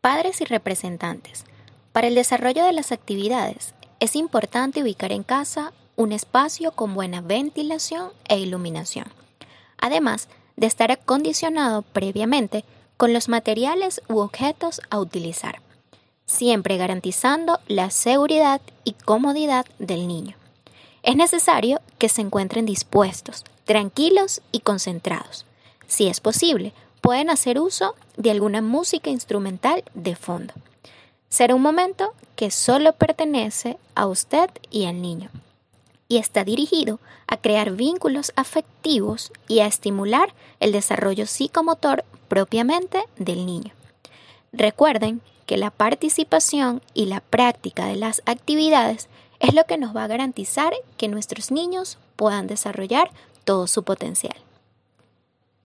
Padres y representantes. Para el desarrollo de las actividades, es importante ubicar en casa un espacio con buena ventilación e iluminación, además de estar acondicionado previamente con los materiales u objetos a utilizar, siempre garantizando la seguridad y comodidad del niño. Es necesario que se encuentren dispuestos, tranquilos y concentrados. Si es posible, pueden hacer uso de alguna música instrumental de fondo. Será un momento que solo pertenece a usted y al niño, y está dirigido a crear vínculos afectivos y a estimular el desarrollo psicomotor propiamente del niño. Recuerden que la participación y la práctica de las actividades es lo que nos va a garantizar que nuestros niños puedan desarrollar todo su potencial.